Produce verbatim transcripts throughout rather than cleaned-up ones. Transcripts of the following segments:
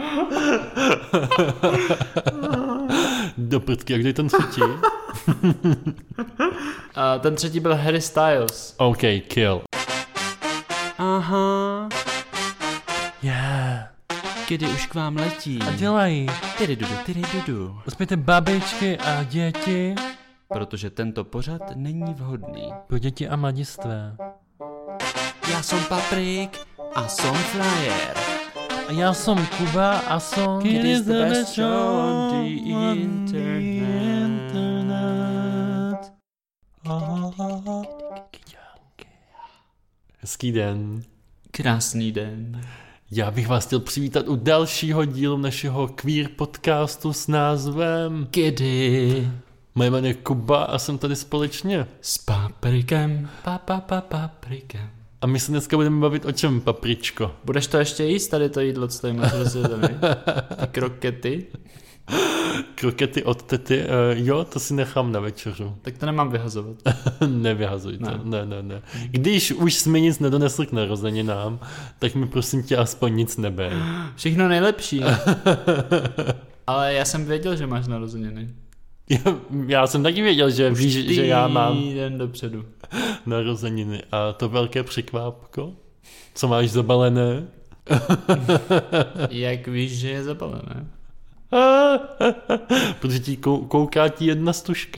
Do prtky, a kdo je ten třetí? uh, ten třetí byl Harry Styles. OK, kill. Aha. Yeah. Kdy už k vám letí. A dělají. Tyry dudu, tyry dudu. Uspějte babičky a děti. Protože tento pořad není vhodný. Pro děti a mladistvé. Já jsem Paprik a jsem Flyer. A já jsem Kuba a jsem It is the best show on the internet. Hezký den. Krásný den. Já bych vás chtěl přivítat u dalšího dílu našeho queer podcastu s názvem Kdy? Moje jméno je Kuba a jsem tady společně S Paprikem. Pa, pa, pa, paprikem. a my se dneska budeme bavit o čem, papričko? Budeš to ještě jíst, tady to jídlo, co tady máš rozjedený? Ty krokety? Krokety od tety, uh, jo, to si nechám na večeřu. Tak to nemám vyhazovat. Nevyhazuj to, Ne. ne, ne, ne. Když už jsme nic nedonesli k narozeninám, tak mi prosím tě aspoň nic nebej. Všechno nejlepší. Ale já jsem věděl, že máš narozeniny. Já, já jsem taky věděl, že Už víš, že já mám týden dopředu. narozeniny a to velké překvápko, co máš zabalené. Jak víš, že je zabalené? Protože ti kou, kouká ti jedna stužka.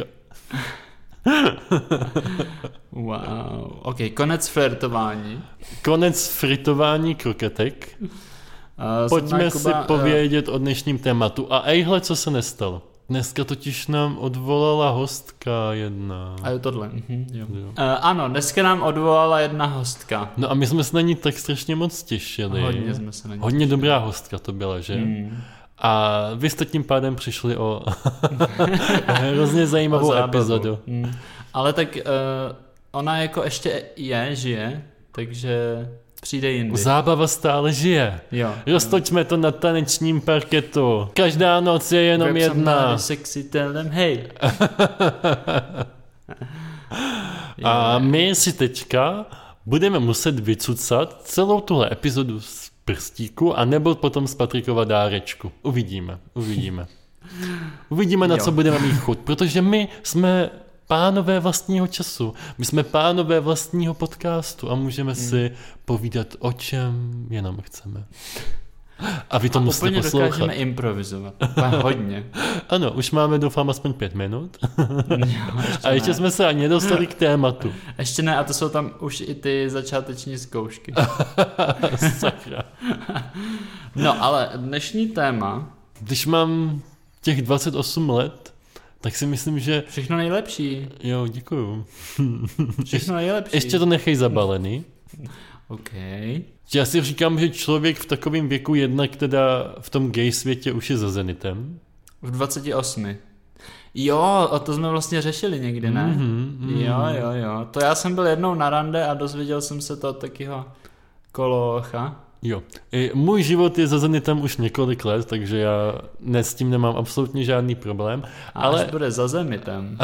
Wow. Ok, konec flirtování. Konec fritování kroketek. Uh, Pojďme si povědět o dnešním tématu. A ejhle, co se nestalo. Dneska totiž nám odvolala hostka jedna. A jo, tohle. Mhm, jo. Jo. Uh, ano, dneska nám odvolala jedna hostka. No a my jsme se na ní tak strašně moc těšili. Hodně jsme se na ní Hodně dobrá hostka to byla, že? Hmm. A vy jste tím pádem přišli o hrozně zajímavou epizodu. Hmm. Ale tak uh, ona jako ještě je, žije, takže přijde jindy. Zábava stále žije. Jo. Roztočme to na tanečním parketu. Každá noc je jenom Grab jedna. somebody sexy, tell them hey. A my si teďka budeme muset vycucat celou tuhle epizodu z prstíku a nebo potom z Patrikova dárečku. Uvidíme, uvidíme. Uvidíme, na Jo. co budeme mít chuť, protože my jsme pánové vlastního času. My jsme pánové vlastního podcastu a můžeme hmm. si povídat o čem jenom chceme. A vy to A musíte úplně poslouchat. dokážeme improvizovat. Úplně hodně. Ano, už máme, doufám, aspoň pět minut. Jo, ještě A ještě ne. jsme se ani nedostali k tématu. Ještě ne, a to jsou tam už i ty začáteční zkoušky. Sakra. No, ale dnešní téma, Když mám těch dvacet osm let, tak si myslím, že... všechno nejlepší. Jo, děkuju. Všechno nejlepší. Ještě to nechej zabalený. OK. Já si říkám, že člověk v takovém věku jednak teda v tom gay světě už je za zenitem. V dvaceti osmi. Jo, a to jsme vlastně řešili někdy, ne? Mhm, mhm. Jo, jo, jo. To já jsem byl jednou na rande a dozvěděl jsem se to od takého kolocha. Jo. I můj život je za zenitem už několik let, takže já ne, s tím nemám absolutně žádný problém. A Ale, až bude za zemitem.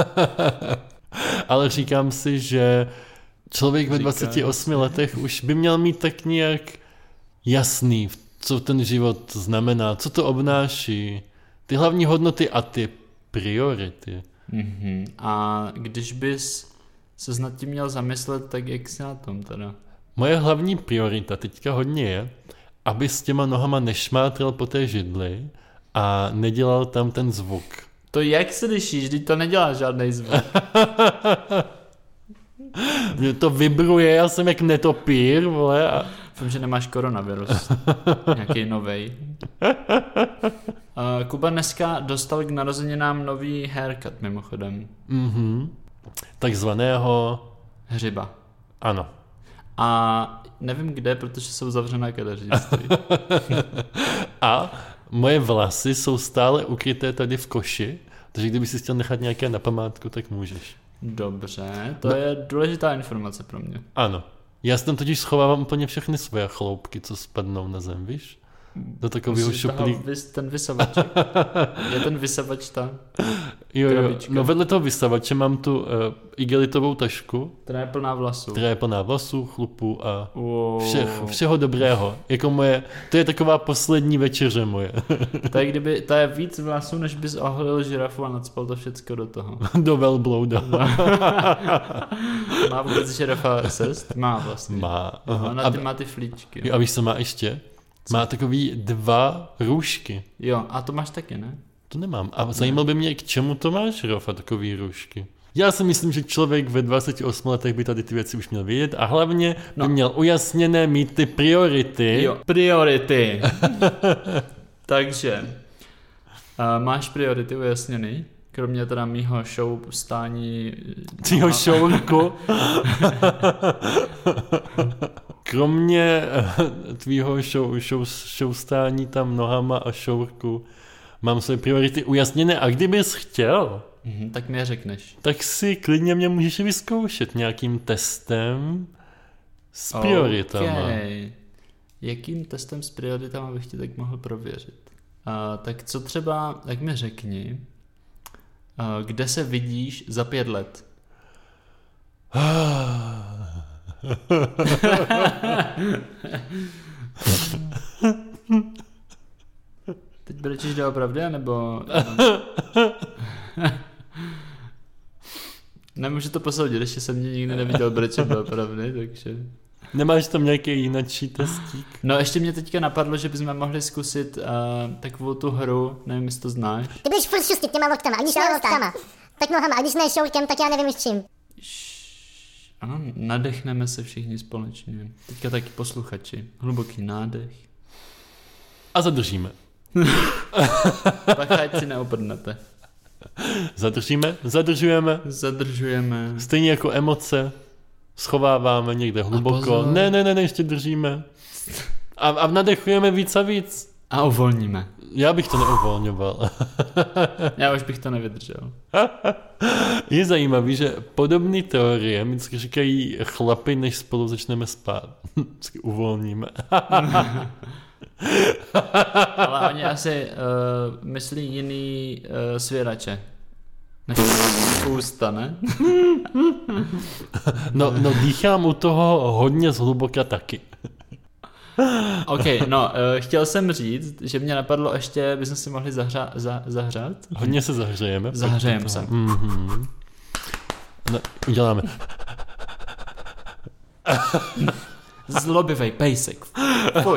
ale říkám si, že člověk ve Říkáš dvaceti osmi si. letech už by měl mít tak nějak jasný, co ten život znamená, co to obnáší, ty hlavní hodnoty a ty priority. Mhm. A když bys se nad tím měl zamyslet, tak jak jsi na tom teda? Moje hlavní priorita teďka hodně je, aby s těma nohama nešmátral po té židli a nedělal tam ten zvuk. To jak se lišíš, když to nedělá žádný zvuk. Mě to vibruje, já jsem jak netopír, vole. A... Vím, že nemáš koronavirus. Nějaký novej. Uh, Kuba dneska dostal k narozeninám nový haircut mimochodem. Mhm. Takzvaného... Hřiba. Ano. A nevím kde, protože jsou zavřené kadeřnictví. A moje vlasy jsou stále ukryté tady v koši, takže kdyby si chtěl nechat nějaké na památku, tak můžeš. Dobře, to No. je důležitá informace pro mě. Ano. Já si tam totiž schovávám úplně všechny svoje chloupky, co spadnou na zem, víš? do takového šuplíku. Vys, ten vysavaček. Je ten vysavač ta Jo, jo. krabička. No vedle toho vysavače mám tu uh, igelitovou tašku. Která je plná vlasů. Která je plná vlasů, chlupů a wow. všech, všeho dobrého. Jako moje, to je taková poslední večeře moje. To je, kdyby, to je víc vlasů, než bys oholil žirafu a nacpal to všecko do toho. Do velblouda. Má vůbec žirafa sest? Má vlastně. Má. Ona ty má ty flíčky. Jo, a víš, co má ještě? Co? Má takový dva růžky. Jo, a to máš taky, ne? To nemám. A zajímalo by mě, k čemu to máš, Rofa, takový růžky. Já si myslím, že člověk ve dvaceti osmi letech by tady ty věci už měl vědět a hlavně no. by měl ujasněné mít ty priority. Jo, priority. Takže, uh, máš priority ujasněný? Kromě teda mýho show stání... Tvýho šourku. Kromě tvýho show, show, show stání tam nohama a šourku mám své priority ujasněné a kdybys chtěl, mm-hmm, tak mi je řekneš. Tak si klidně mě můžeš vyzkoušet nějakým testem s prioritama. Okay. Jakým testem s prioritama bych ti tak mohl prověřit? Uh, tak co třeba, tak mi řekni, uh, kde se vidíš za pět let? Teď brečíš doopravdy, nebo... Nemůžu to posoudit, ještě jsem mě nikdy neviděl brečet doopravdy, takže... Nemáš tam nějaký jinačí testík? No ještě mě teďka napadlo, že bychom mohli zkusit uh, takovou tu hru, nevím, jestli to znáš. Ty budeš furt šustit těma loktama, a když ne loktama, tak nohama, a když ne šourkem, tak já nevím už čím. Ano, nadechneme se všichni společně. Teďka taky posluchači. Hluboký nádech. A zadržíme. Tak ať si neoprdnete. Zadržíme, zadržujeme. Zadržujeme. Stejně jako emoce. Schováváme někde hluboko. Ne, ne, ne, ne, ještě držíme. A, a nadechujeme víc a víc. A uvolníme. Já bych to neuvolňoval. Já už bych to nevydržel. Je zajímavý, že podobné teorie mi vždycky říkají chlapi, než spolu začneme spát. Vždycky uvolníme. Ale oni asi uh, myslí jiný uh, svěrače. Než ústa, ne? no, no dýchám u toho hodně zhluboka taky. OK, no, uh, chtěl jsem říct, že mě napadlo ještě, bychom si mohli zahřát, za, zahřát? Hodně se zahřejeme. Zahřejeme se. Mm-hmm. No, uděláme. Zlobivej pejsek. Fuj.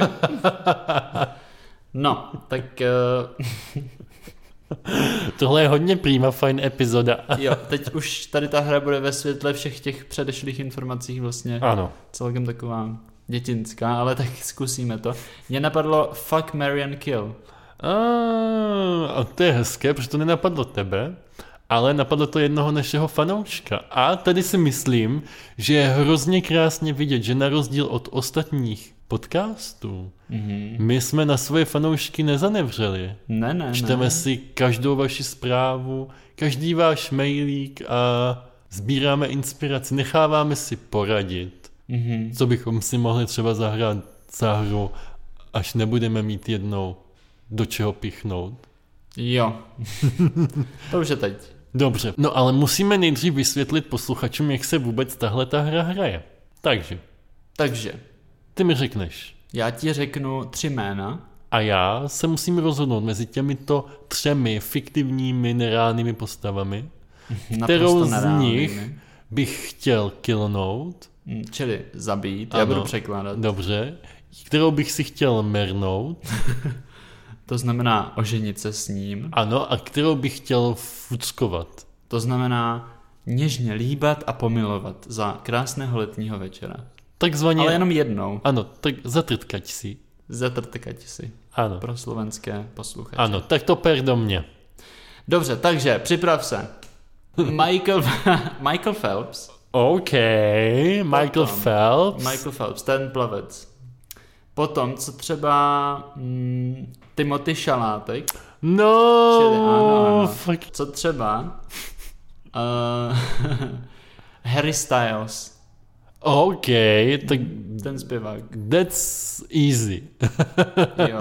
No, tak... Uh... Tohle je hodně prima fajn epizoda. Jo, teď už tady ta hra bude ve světle všech těch předešlých informací vlastně. Ano. Celkem taková dětinská, ale tak zkusíme to. Mně napadlo fuck, marry and kill. A, a to je hezké, protože to nenapadlo tebe, ale napadlo to jednoho našeho fanouška. A tady si myslím, že je hrozně krásně vidět, že na rozdíl od ostatních podcastů, mm-hmm. my jsme na svoje fanoušky nezanevřeli. Ne, ne, Čteme ne. si každou vaši zprávu, každý váš mailík a sbíráme inspiraci, necháváme si poradit, mm-hmm. co bychom si mohli třeba zahrát za hru, až nebudeme mít jednou do čeho pichnout. Jo. To už je teď. Dobře, no ale musíme nejdřív vysvětlit posluchačům, jak se vůbec tahle ta hra hraje. Takže. Takže. Ty mi řekneš. Já ti řeknu tři jména. A já se musím rozhodnout mezi těmito třemi fiktivními nereálnými postavami, kterou z nich bych chtěl killnout. Čili zabít, ano, já budu překládat. Dobře. Kterou bych si chtěl mernout. To znamená oženit se s ním. Ano, a kterou bych chtěl fuckovat. To znamená něžně líbat a pomilovat za krásného letního večera. Takzvaně... Ale jenom jednou. Ano, tak zatrtkať si. Zatrtkať si. Ano. Pro slovenské posluchače. Ano, tak to per do mě. Dobře, takže připrav se. Michael, Michael Phelps. OK, Michael Potom, Phelps. Michael Phelps, ten plavec. Potom, co třeba mm, Timothy Šalátek. No, čili, ano, ano. Fuck. Co třeba uh, Harry Styles. OK, tak Ten zpěvák. that's easy. Jo.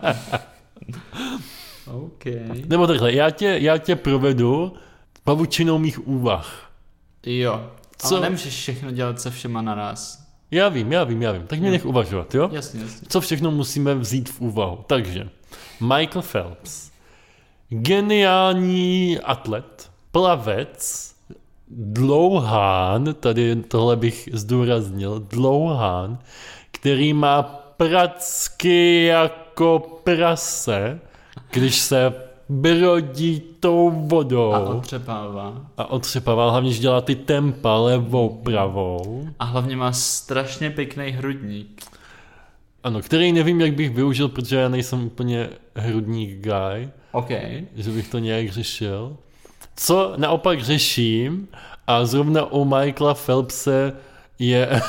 OK. Nebo takhle, já tě, já tě provedu pavučinou mých úvah. Jo. Co? Ale nemůžeš všechno dělat se všema naraz. Já vím, já vím, já vím. Tak mě Jo. nech uvažovat, jo? Jasně, jasně. Co všechno musíme vzít v úvahu. Takže, Michael Phelps. Geniální atlet, plavec, dlouhán, tady tohle bych zdůraznil, dlouhán, který má pracky jako prase, když se brodí tou vodou. A otřepává. A otřepává, hlavně, že dělá ty tempa levou, pravou. A hlavně má strašně pěkný hrudník. Ano, který nevím, jak bych využil, protože já nejsem úplně hrudník guy, OK. že bych to nějak řešil. Co naopak řeším, a zrovna u Michaela Phelpse je,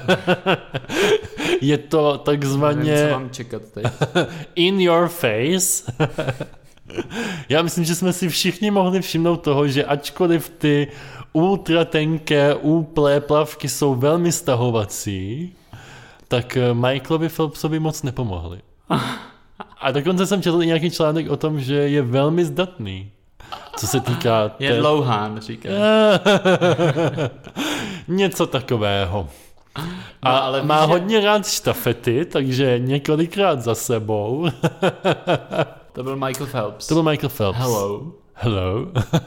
je to takzvaně Nevím, co mám čekat teď. in your face. Já myslím, že jsme si všichni mohli všimnout toho, že ačkoliv ty ultratenké, úplé plavky jsou velmi stahovací, tak Michaelovi Phelpsovi moc nepomohli. A dokonce jsem četl i nějaký článek o tom, že je velmi zdatný. Co se týká... Je dlouhán, říká. Něco takového. A No, ale má víš, že- hodně rád štafety, takže několikrát za sebou. To byl Michael Phelps. To byl Michael Phelps. Hello. Hello.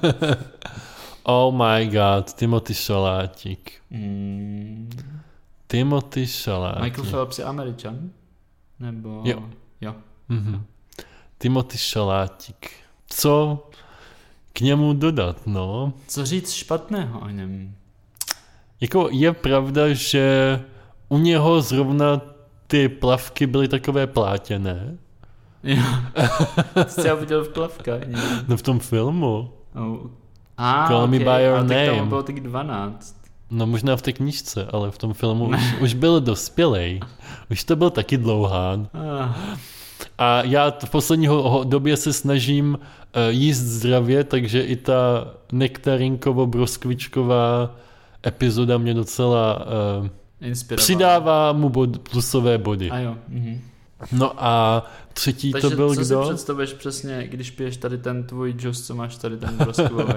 Oh my god, Timothy Šalátík. Mm. Timothy Šalátík. Michael Phelps je Američan? Nebo... Jo. Jo. Mhm. Timothy Šalátík. Co k němu dodat, no? Co říct špatného o něm? Jako je pravda, že u něho zrovna ty plavky byly takové plátěné. Jo. Ty jsi já viděl v plavkách. No v tom filmu. Oh. A, Call me okay. by your A tak name. tomu bylo tak dvanáct. No možná v té knížce, ale v tom filmu už, už byl dospělej. Už to byl taky dlouhán. Ah. A já v poslední ho- době se snažím uh, jíst zdravě, takže i ta nektarinkovo-broskvičková epizoda mě docela uh, Inspiroval. přidává mu bod, plusové body. A jo. Mhm. No a třetí Takže to byl co kdo? si představuješ přesně, když piješ tady ten tvůj džus, co máš tady ten broskový?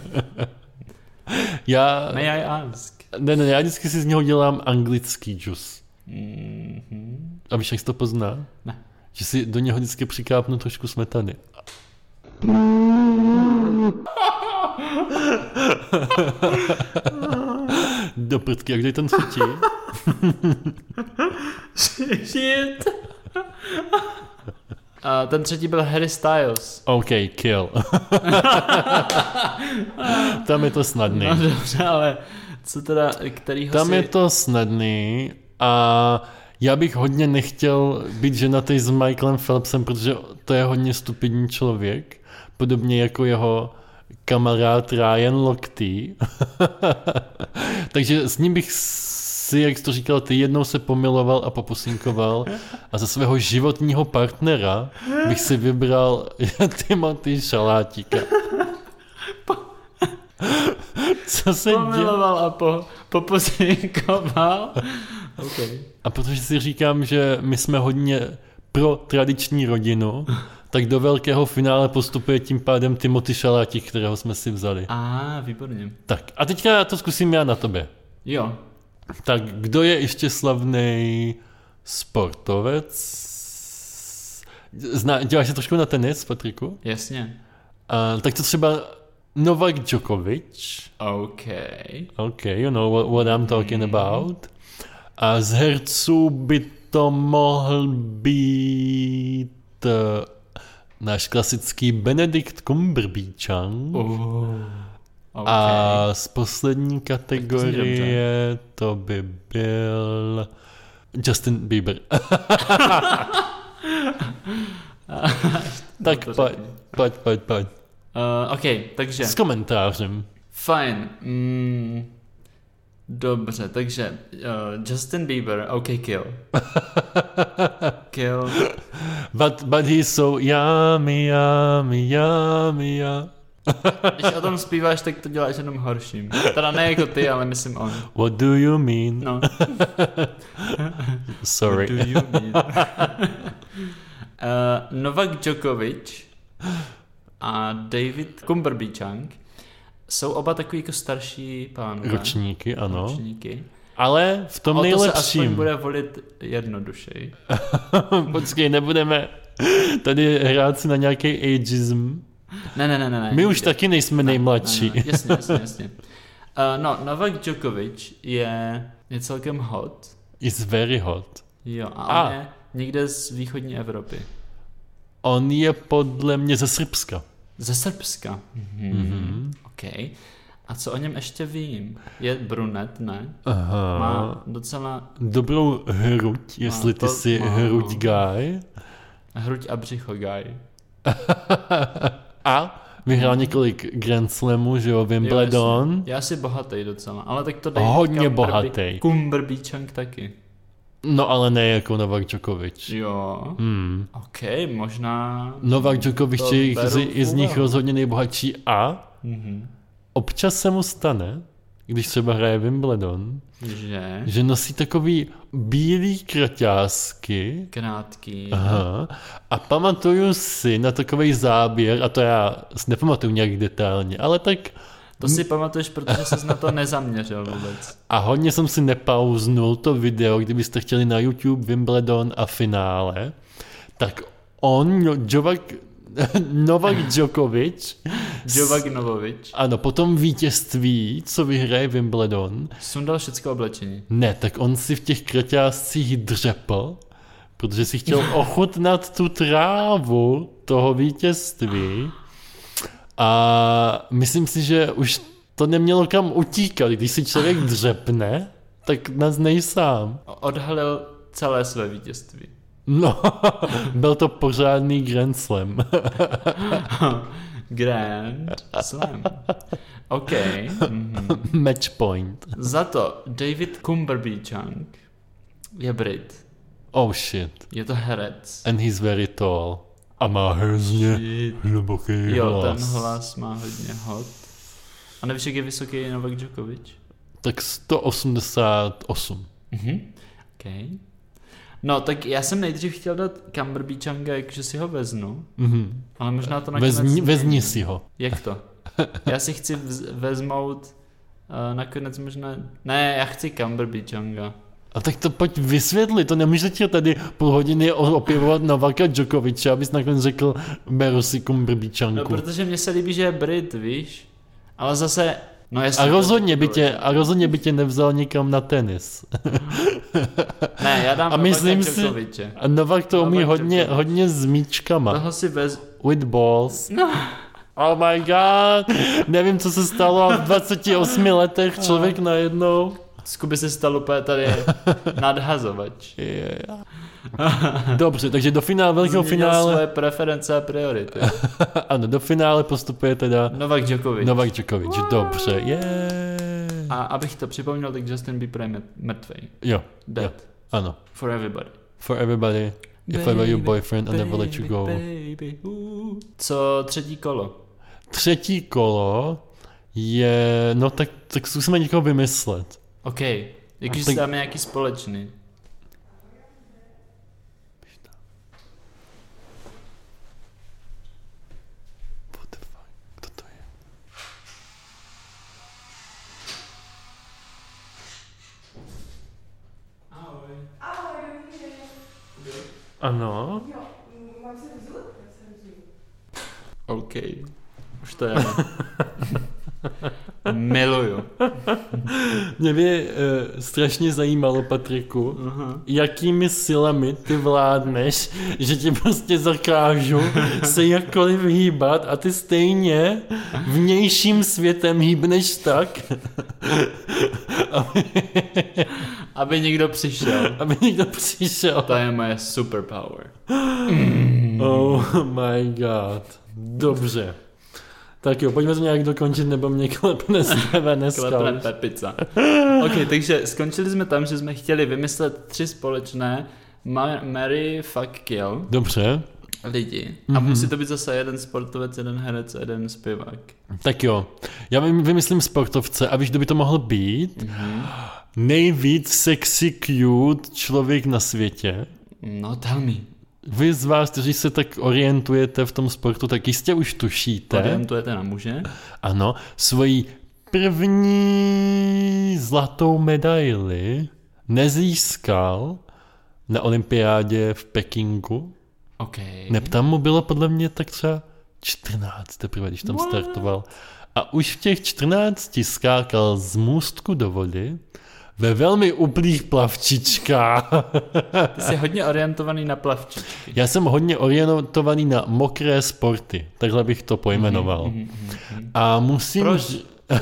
Já, May I ask? ne, ne, já vždycky si z něho dělám anglický džus. Mm-hmm. A víš, jak se to pozná? Ne. Že si do něho vždycky přikápnu trošku smetany. Do prdky, a kde je ten třetí? Shit. A ten třetí byl Harry Styles. OK, kill. Tam je to snadný. No dobře, ale co teda, kterýho Tam si... je to snadný a já bych hodně nechtěl být ženatý s Michaelem Phelpsem, protože to je hodně stupidní člověk, podobně jako jeho kamarád Ryan Lochte. Takže s ním bych si, jak jsi to říkal, ty jednou se pomiloval a popusinkoval a za svého životního partnera bych si vybral Timothy Šalátíka. Co se děje? Pomiloval a po, popusinkoval. Okay. A protože si říkám, že my jsme hodně pro tradiční rodinu, tak do velkého finále postupuje tím pádem Timothy Šalátík, kterého jsme si vzali. A, výborně. Tak a teďka to zkusím já na tobě. Jo. Tak kdo je ještě slavný sportovec? Zná, děláš se trošku na tenis, Patriku? Jasně. A, tak to třeba Novak Djokovic. OK. OK, you know what, what I'm talking about. A z herců by to mohl být uh, náš klasický Benedict Cumberbatch. Oh. Okay. A z poslední kategorie to by byl Justin Bieber. Tak pojď, pojď, pojď, pojď. Uh, OK, takže... S komentářem. Fajn. Mm, dobře, takže uh, Justin Bieber, OK, kill. Kill. But, but he's so yummy, yummy, yummy, yummy. Když o tom zpíváš, tak to děláš jenom horším. Teda ne jako ty, ale myslím on. What do you mean? No. Sorry. What do you mean? uh, Novak Djokovic a David Kumberbičang jsou oba takový jako starší pánové. Ročníky, ano. Ročníky. Ale v tom o to nejlepším. se aspoň bude volit jednodušeji. Počkej, nebudeme tady hrát si na nějaký ageism. Ne, ne, ne, ne. My už taky nejsme nejmladší. Ne, ne, ne. Jasně, jasně, jasně. Uh, no, Novak Djokovic je, je celkem hot. Is very hot. Jo, a a. on je někde z východní Evropy. On je podle mě ze Srbska. Ze Srbska. Mhm. Mm-hmm. OK. A co o něm ještě vím? Je brunet, ne? Aha. Má docela dobrou hruď, jestli ty to, jsi má, hruď guy. Hruď a břicho guy. A vyhrál několik Grand Slamů, že jo, Wimbledon. Jo, já si bohatý docela, ale tak to dej. Hodně bohatý. Kumberbičang taky. No ale ne jako Novak Djokovic. Jo. Hmm. OK, možná... Novak Djokovic to je jich- beru z, v je z nich úvahu. rozhodně nejbohatší a Mhm. občas se mu stane, když třeba hraje Wimbledon, Že? že nosí takový bílý kraťásky. Krátký. Aha. A pamatuju si na takovej záběr, a to já si nepamatuju nějak detailně, ale tak To si pamatuješ, protože ses na to nezaměřil vůbec. a hodně jsem si nepauznul to video, kdybyste chtěli na YouTube Wimbledon a finále, tak on, Novak, Novak Djokovic, Novak Novovič ano, po tom vítězství, co vyhraje Wimbledon, sundal všechno oblečení. ne, tak on si v těch kraťáscích dřepl, protože si chtěl ochutnat tu trávu toho vítězství a myslím si, že už to nemělo kam utíkat. Když si člověk dřepne, tak nás nejsám. Odhalil celé své vítězství. No, byl to pořádný Grand Slam. Grand Slam. OK. Mhm. Match point. Za to David Kumberbičang je Brit. Oh shit. Je to herec. And he's very tall. A má hrozně hluboký Jo, hlas. ten hlas má hodně hot. A nevíš, jak je vysoký Novak Djokovic? Tak sto osmdesát osm. Mhm. OK. No, tak já jsem nejdřív chtěl dát Kumberbičanga, jakože si ho veznu, Mhm. ale možná to nakonec... Vezni, změním. vezni si ho. Jak to? Já si chci vz- vezmout uh, nakonec možná... Ne, já chci Kumberbičanga. A tak to pojď vysvětlit, to nemůžete tady půl hodiny o- opěvovat Novaka Djokoviče, abys nakonec řekl, beru si No, Kumberbičanku. protože mně se líbí, že je Brit, víš? Ale zase... No, jasně, A to- rozhodně, by tě, a rozhodně by tě nevzal nikam na tenis. Ne, já dám A myslím Novaka si- Djokoviče. A Novak to umí Novak hodně, Djokovic. hodně s míčkama. Toho si vez... With balls. No. Oh my god. Nevím, co se stalo a v dvaceti osmi letech člověk najednou. Zkuby se stalo úplně tady nadhazovač. Yeah. Dobře, takže do finále, velkého Změnil finále, svoje preference a priority. ano, do finále postupuje teda Novak Djokovic. Novak Djokovic. Dobře, je. A abych to připomněl, tak Justin Bieber je mrt- mrtvej. Jo, Dead. ano. For everybody. For everybody, if I were your boyfriend, I never let you go. Baby, uh. Co třetí kolo? Třetí kolo je, no tak, tak zkusíme někoho vymyslet. OK. Jakože tak- si dáme nějaký společný. What the fuck, kdo to je? Ahoj. Ahoj, dobrý den. Ano. Jo, mm, mám se vzít? Já se vzít. OK. Už to je. Miluju. Mě by uh, strašně zajímalo, Patriku, Aha. jakými silami ty vládneš, že ti prostě zakážu se jakkoliv hýbat a ty stejně vnějším světem hýbneš tak, aby, Aby někdo přišel. aby někdo přišel. To je moje superpower. Oh my god. Dobře. Tak jo, pojďme to nějak dokončit, nebo mě klepne z tebe dneska. Klepne Pepica. OK, takže skončili jsme tam, že jsme chtěli vymyslet tři společné Ma- Mary, fuck, kill. Dobře. lidi. A mm-hmm. musí to být zase jeden sportovec, jeden herec a jeden zpěvák. Tak jo, já vymyslím sportovce a víš, kdo by to mohl být? Mm-hmm. Nejvíc sexy cute člověk na světě. No, tell me. Vy z vás, kteří se tak orientujete v tom sportu, tak jistě už tušíte. Orientujete na muže? Ano, svoji první zlatou medaili nezískal na olympiádě v Pekingu. Okay. Ne, tam mu bylo podle mě tak třeba čtrnáct teprve, když tam What? startoval. A už v těch čtrnácti skákal z můstku do vody ve velmi uplých plavčičkách. Ty jsi hodně orientovaný na plavčičky. Já jsem hodně orientovaný na mokré sporty, takhle bych to pojmenoval. Mm-hmm, mm-hmm. A musím... Proč?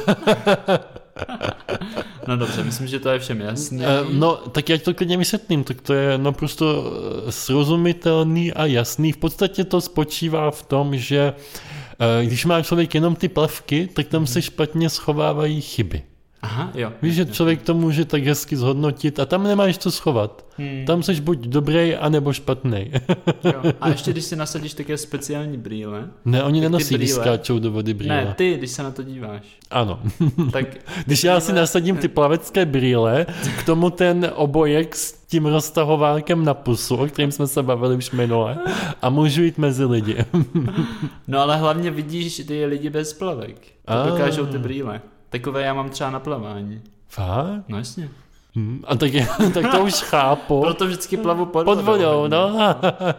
No dobře, myslím, že to je všem jasný. No, tak já to klidně vysvětlím, tak to je naprosto srozumitelný a jasný. V podstatě to spočívá v tom, že když má člověk jenom ty plavky, tak tam se špatně schovávají chyby. Aha, jo. Víš, že člověk to může tak hezky zhodnotit a tam nemáš co schovat. Hmm. Tam seš buď dobrý, anebo špatný. Jo. A ještě když si nasadíš také speciální brýle. Ne, oni nenosí, když skáčou do vody brýle. Ne, ty, když se na to díváš. Ano. Tak když já si nasadím ty plavecké brýle, k tomu ten obojek s tím roztahovákem na pusu, o kterým jsme se bavili už minule, a můžu jít mezi lidi. No ale hlavně vidíš ty lidi bez plavek. To a... dokážou ty brýle. Takové já mám třeba na plavání. Fakt? No jasně. Hmm, a tak, je, tak to už chápu. Proto vždycky plavu pod, pod vodou. No.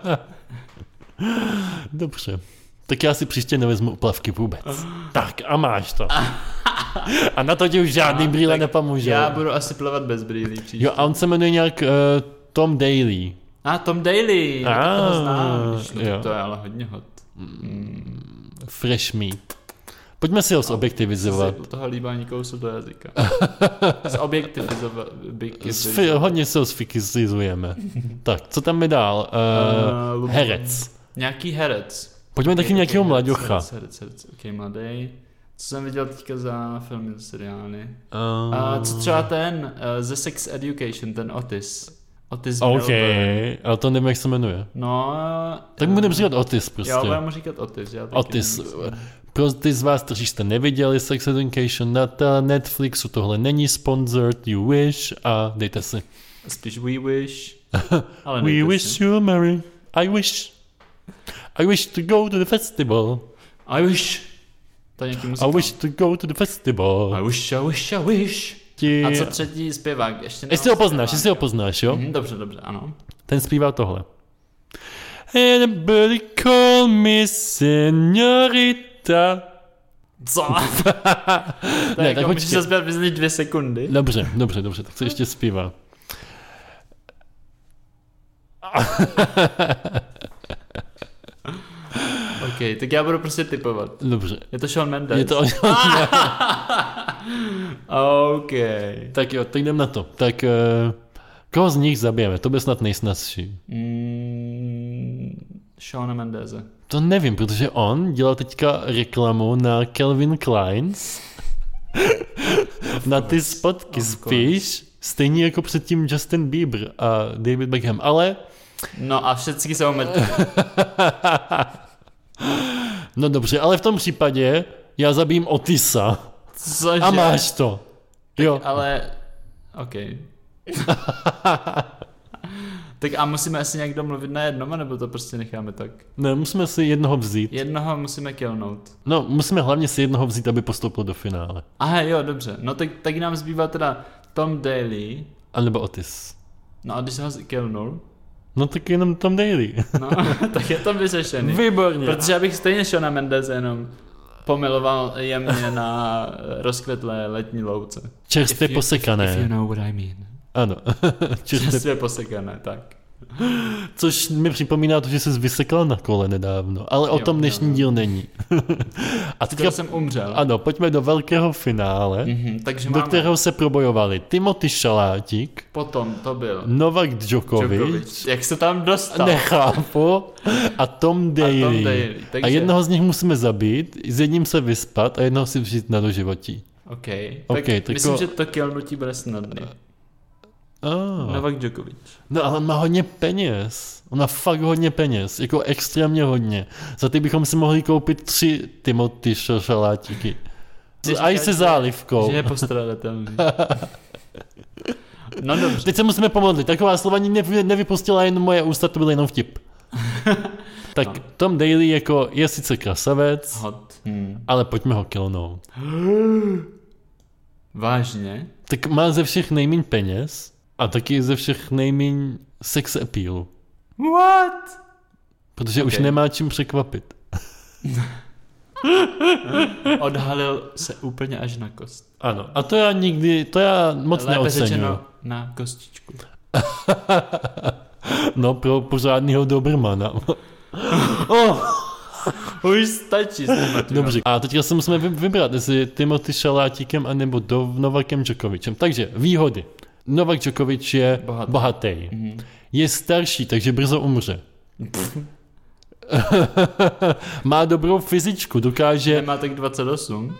Dobře. Tak já si příště nevezmu plavky vůbec. Tak a máš to. A na to ti už žádný a, brýle nepomůže. Já budu asi plavat bez brýlí příště. Jo, a on se jmenuje nějak uh, Tom Daly. A Tom Daly, a, tak toho znám. No, to je ale hodně hot. Mm. Fresh meat. Pojďme si ho zobjektivizovat. U toho líbání kousu do jazyka. Zobjektivizovat. Hodně se ho sfikizujeme. Tak, co tam mi dál? Uh, uh, herec. Nějaký herec. Pojďme okay, taky nějakého okay, mladěcha. Herec, herec, herec. Ok, mladý. Co jsem viděl teďka za filmy, za seriály? Uh... Uh, co třeba ten uh, The Sex Education, ten Otis. Otis OK, ale to nevím, jak se jmenuje. No... Tak uh, budeme říkat Otis prostě. Já budeme říkat Otis. Já Otis. Pro ty z vás, kteří jste neviděli Sex Education na Netflixu, tohle není sponsored, you wish a dejte si. Spíš we wish. Ale we wish si. you Mary. I wish. I wish to go to the festival. I wish. To je nějaký muzikál. I wish to go to the festival. I wish, I wish, I wish. Ti... A co třetí zpěvák? Ještě jestli ho poznáš, jestli ho poznáš, jo? Mm, dobře, dobře, ano. Ten zpívá tohle. Anybody call me señorita. Co? to ne, jako můžeš se zpěvat vyznět dvě sekundy. Dobře, dobře, dobře, tak se ještě zpívá. OK, tak já budu prostě typovat. Dobře. Je to Shawn Mendes? Je to OK. Tak jo, tak jdem na to. Tak uh, koho z nich zabijeme? To by snad nejsnazší. Mm, Shawn Mendese. To nevím, protože on dělal teďka reklamu na Calvin Kleins. Na ty spotky spíš. Stejně jako předtím Justin Bieber a David Beckham, ale... No a všichni jsou mrtví. No dobře, ale v tom případě já zabijím Otisa. Cože? A máš to. Tak, jo. Ale... OK. Tak a musíme asi nějak domluvit na jednoma, nebo to prostě necháme tak? Ne, musíme si jednoho vzít. Jednoho musíme killnout. No, musíme hlavně si jednoho vzít, aby postoupil do finále. Aha, jo, dobře. No tak, tak nám zbývá teda Tom Daly. A nebo Otis. No a když se ho killnul? No tak jenom Tom Daly. No, tak je to vyřešený. Výborně. Protože já bych stejně Shawna Mendese jenom pomiloval jemně na rozkvetlé letní louce. Čerstvě if you, posekané. If, if you know what I mean. Ano. Čerstvě, Čerstvě posekané, tak. Což mi připomíná to, že jsi vysekal na kole nedávno, ale o jo, tom dnešní jo, jo. díl není. A teďka jsem umřel. Ano, pojďme do velkého finále, mm-hmm, takže do máme... kterého se probojovali Timothy Šalátík, potom to byl Novak Djokovic, Djokovic. Jak se tam dostal? Nechápu. A Tom Daly. A, Tom Daly. Takže... a jednoho z nich musíme zabít, s jedním se vyspat a jednoho si vzít na doživotí. OK, okay tak tako... myslím, že to killnutí bude snadný. Oh. Novak Djokovic. No ale má hodně peněz. On má fakt hodně peněz. Jako extrémně hodně. Za ty bychom si mohli koupit tři Timothy šalátíky. A i se zálivkou. Že je postradatelný. No dobře. Teď se musíme pomodlit. Taková slova nevy, nevypustila jen moje ústa, to byl jenom vtip. Tak no. Tom Daley jako je sice krasavec, Hot. Hmm. ale pojďme ho killnout. Vážně? Tak má ze všech nejméně peněz a taky ze všech nejméně sex appealu. What? Protože okay. už nemá čím překvapit. Odhalil se úplně až na kost. Ano, a to já nikdy, to já moc Lépe neoceňuji. řečeno na kostičku. No pro pořádného Dobrmana. oh. Už stačí. Dobře, a teďka se musíme vybrat, jestli Timothy Šalátíkem anebo Novakem Djokovicem. Takže výhody. Novak Djokovic je bohatý. bohatý. Mm-hmm. Je starší, takže brzo umře. Má dobrou fyzičku, dokáže... Nemá tak dvacet osm.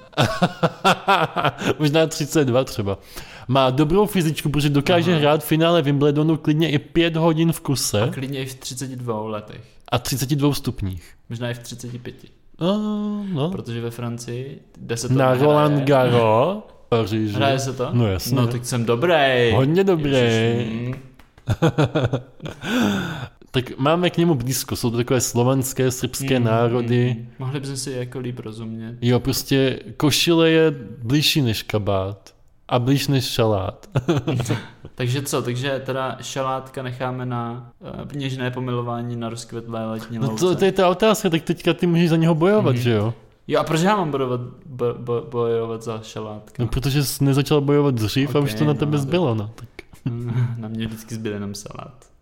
Možná třicet dva třeba. Má dobrou fyzičku, protože dokáže Aha. hrát v finále Wimbledonu klidně i pět hodin v kuse. A klidně i v třiceti dvou letech. A třiceti dvou stupních. Možná i v třiceti pěti. Uh, no. Protože ve Francii deset na Roland Garros. Paříži. Hraje se to? No jasně. No tak jsem dobrý. Hodně dobrý. Ježiš. Tak máme k němu blízko, jsou to takové slovanské, srbské mm, národy. Mm. Mohli bychom si jako líp rozumět. Jo, prostě košile je blížší než kabát a blíž než šalát. Takže co, takže teda šalátka necháme na uh, něžné pomilování na rozkvetlé letní louce. No to, to je ta otázka, tak teďka ty můžeš za něho bojovat, mm. že jo? Jo, a proč já mám bojovat, bo, bo, bojovat za šalátka? No protože jsi nezačal bojovat dřív okay, a už to na tebe no, zbylo, no. Tak. Na mě vždycky zbyl jenom salát.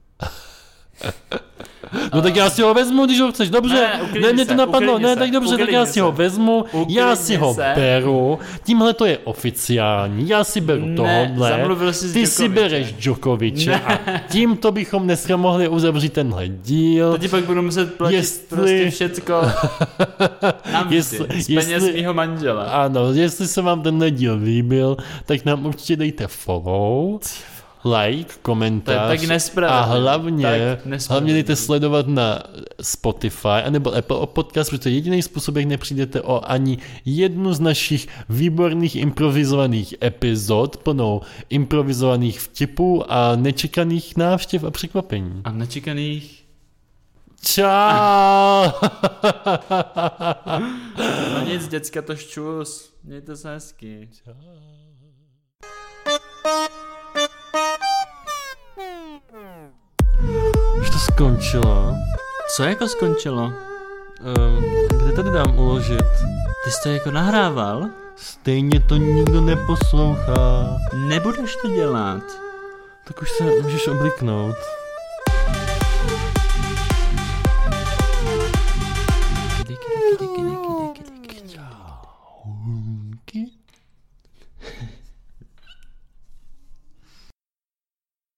No tak já si ho vezmu, když ho chceš, dobře, ne, ne mě to napadlo, ne, tak dobře, tak já si se. ho vezmu, uklidni já si ho se. beru, tímhle to je oficiální, já si beru ne, tohle, si ty si bereš Djokoviče a tímto bychom dneska mohli uzavřít tenhle díl. To ti pak budu muset platit jestli... prostě všecko navždy, jestli, z peněz jestli... mýho manžela. Ano, jestli se vám tenhle díl líbil, tak nám určitě dejte follow. Like, komentář a hlavně, hlavně dejte sledovat na Spotify anebo Apple Podcast, protože jediný způsob, jak nepřijdete o ani jednu z našich výborných improvizovaných epizod, plnou improvizovaných vtipů a nečekaných návštěv a překvapení. A nečekaných... Čau! No nic, děcka, to ščus. Mějte se hezky. Čau. Už to skončilo. Co jako skončilo? Um, kde tady dám uložit? Ty jsi to jako nahrával? Stejně to nikdo neposlouchá. Nebudeš to dělat. Tak už se můžeš obliknout.